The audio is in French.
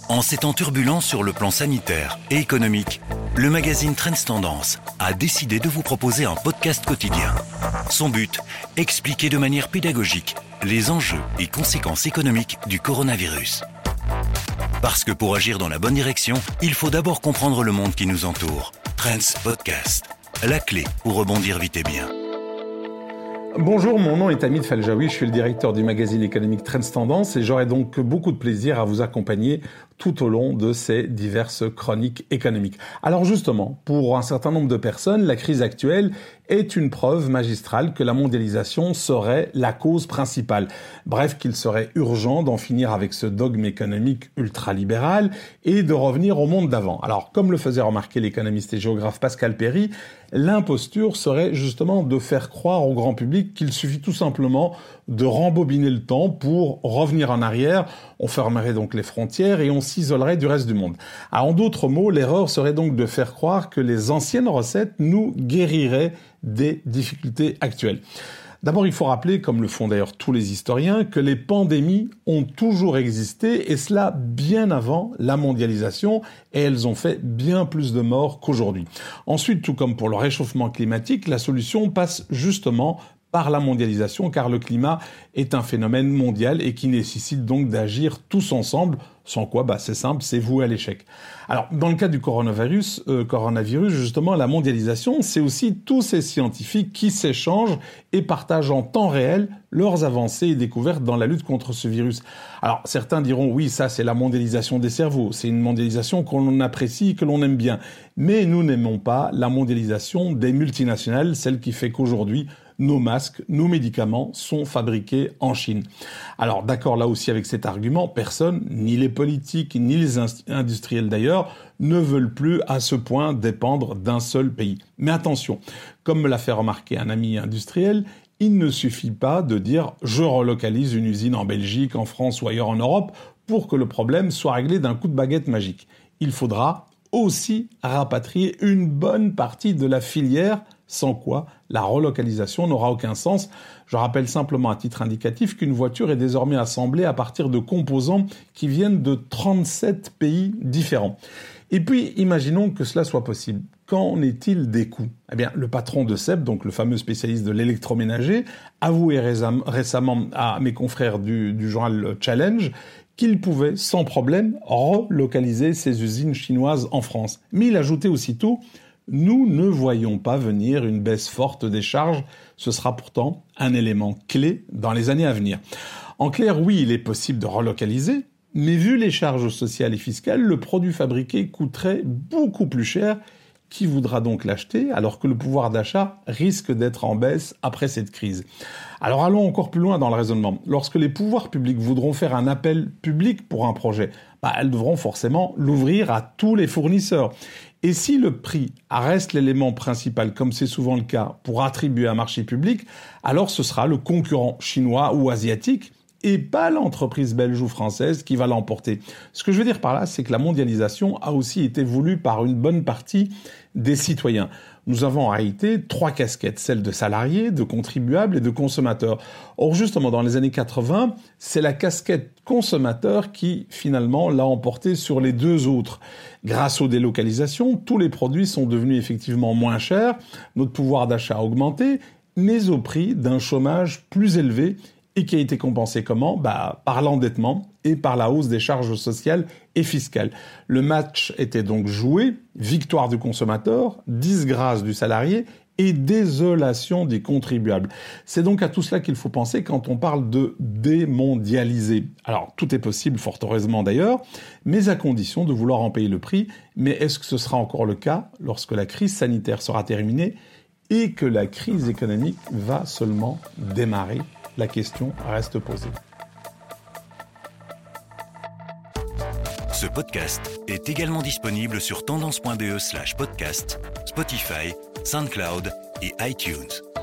En ces temps turbulents sur le plan sanitaire et économique, le magazine Trends Tendance a décidé de vous proposer un podcast quotidien. Son but, expliquer de manière pédagogique les enjeux et conséquences économiques du coronavirus. Parce que pour agir dans la bonne direction, il faut d'abord comprendre le monde qui nous entoure. Trends Podcast, la clé pour rebondir vite et bien. Bonjour, mon nom est Hamid Faljaoui, je suis le directeur du magazine économique Trends Tendance et j'aurai donc beaucoup de plaisir à vous accompagner tout au long de ces diverses chroniques économiques. Alors justement, pour un certain nombre de personnes, la crise actuelle est une preuve magistrale que la mondialisation serait la cause principale. Bref, qu'il serait urgent d'en finir avec ce dogme économique ultralibéral et de revenir au monde d'avant. Alors, comme le faisait remarquer l'économiste et géographe Pascal Perry, l'imposture serait justement de faire croire au grand public qu'il suffit tout simplement de rembobiner le temps pour revenir en arrière. On fermerait donc les frontières et on s'isolerait du reste du monde. Alors, en d'autres mots, l'erreur serait donc de faire croire que les anciennes recettes nous guériraient des difficultés actuelles. D'abord, il faut rappeler, comme le font d'ailleurs tous les historiens, que les pandémies ont toujours existé, et cela bien avant la mondialisation, et elles ont fait bien plus de morts qu'aujourd'hui. Ensuite, tout comme pour le réchauffement climatique, la solution passe justement par la mondialisation, car le climat est un phénomène mondial et qui nécessite donc d'agir tous ensemble, sans quoi, c'est simple, c'est voué à l'échec. Alors, dans le cas du coronavirus, justement, la mondialisation, c'est aussi tous ces scientifiques qui s'échangent et partagent en temps réel leurs avancées et découvertes dans la lutte contre ce virus. Alors, certains diront, oui, ça, c'est la mondialisation des cerveaux, c'est une mondialisation qu'on apprécie, que l'on aime bien. Mais nous n'aimons pas la mondialisation des multinationales, celle qui fait qu'aujourd'hui, nos masques, nos médicaments sont fabriqués en Chine. Alors d'accord là aussi avec cet argument, personne, ni les politiques, ni les industriels d'ailleurs, ne veulent plus à ce point dépendre d'un seul pays. Mais attention, comme me l'a fait remarquer un ami industriel, il ne suffit pas de dire « je relocalise une usine en Belgique, en France ou ailleurs en Europe » pour que le problème soit réglé d'un coup de baguette magique. Il faudra aussi rapatrier une bonne partie de la filière, sans quoi la relocalisation n'aura aucun sens. Je rappelle simplement à titre indicatif qu'une voiture est désormais assemblée à partir de composants qui viennent de 37 pays différents. Et puis, imaginons que cela soit possible. Qu'en est-il des coûts ? Eh bien, le patron de SEB, donc le fameux spécialiste de l'électroménager, avouait récemment à mes confrères du journal Challenge qu'il pouvait sans problème relocaliser ses usines chinoises en France. Mais il ajoutait aussitôt « Nous ne voyons pas venir une baisse forte des charges, ce sera pourtant un élément clé dans les années à venir. » En clair, oui, il est possible de relocaliser, mais vu les charges sociales et fiscales, le produit fabriqué coûterait beaucoup plus cher. Qui voudra donc l'acheter alors que le pouvoir d'achat risque d'être en baisse après cette crise ? Alors allons encore plus loin dans le raisonnement. Lorsque les pouvoirs publics voudront faire un appel public pour un projet, elles devront forcément l'ouvrir à tous les fournisseurs. Et si le prix reste l'élément principal, comme c'est souvent le cas, pour attribuer un marché public, alors ce sera le concurrent chinois ou asiatique et pas l'entreprise belge ou française qui va l'emporter. Ce que je veux dire par là, c'est que la mondialisation a aussi été voulue par une bonne partie des citoyens. Nous avons en réalité 3 casquettes, celle de salariés, de contribuables et de consommateurs. Or justement, dans les années 80, c'est la casquette consommateur qui finalement l'a emporté sur les 2 autres. Grâce aux délocalisations, tous les produits sont devenus effectivement moins chers, notre pouvoir d'achat a augmenté, mais au prix d'un chômage plus élevé et qui a été compensé comment ? Par l'endettement et par la hausse des charges sociales et fiscales. Le match était donc joué, victoire du consommateur, disgrâce du salarié et désolation des contribuables. C'est donc à tout cela qu'il faut penser quand on parle de démondialiser. Alors, tout est possible, fort heureusement d'ailleurs, mais à condition de vouloir en payer le prix. Mais est-ce que ce sera encore le cas lorsque la crise sanitaire sera terminée et que la crise économique va seulement démarrer ? La question reste posée. Ce podcast est également disponible sur tendance.be/podcast, Spotify, SoundCloud et iTunes.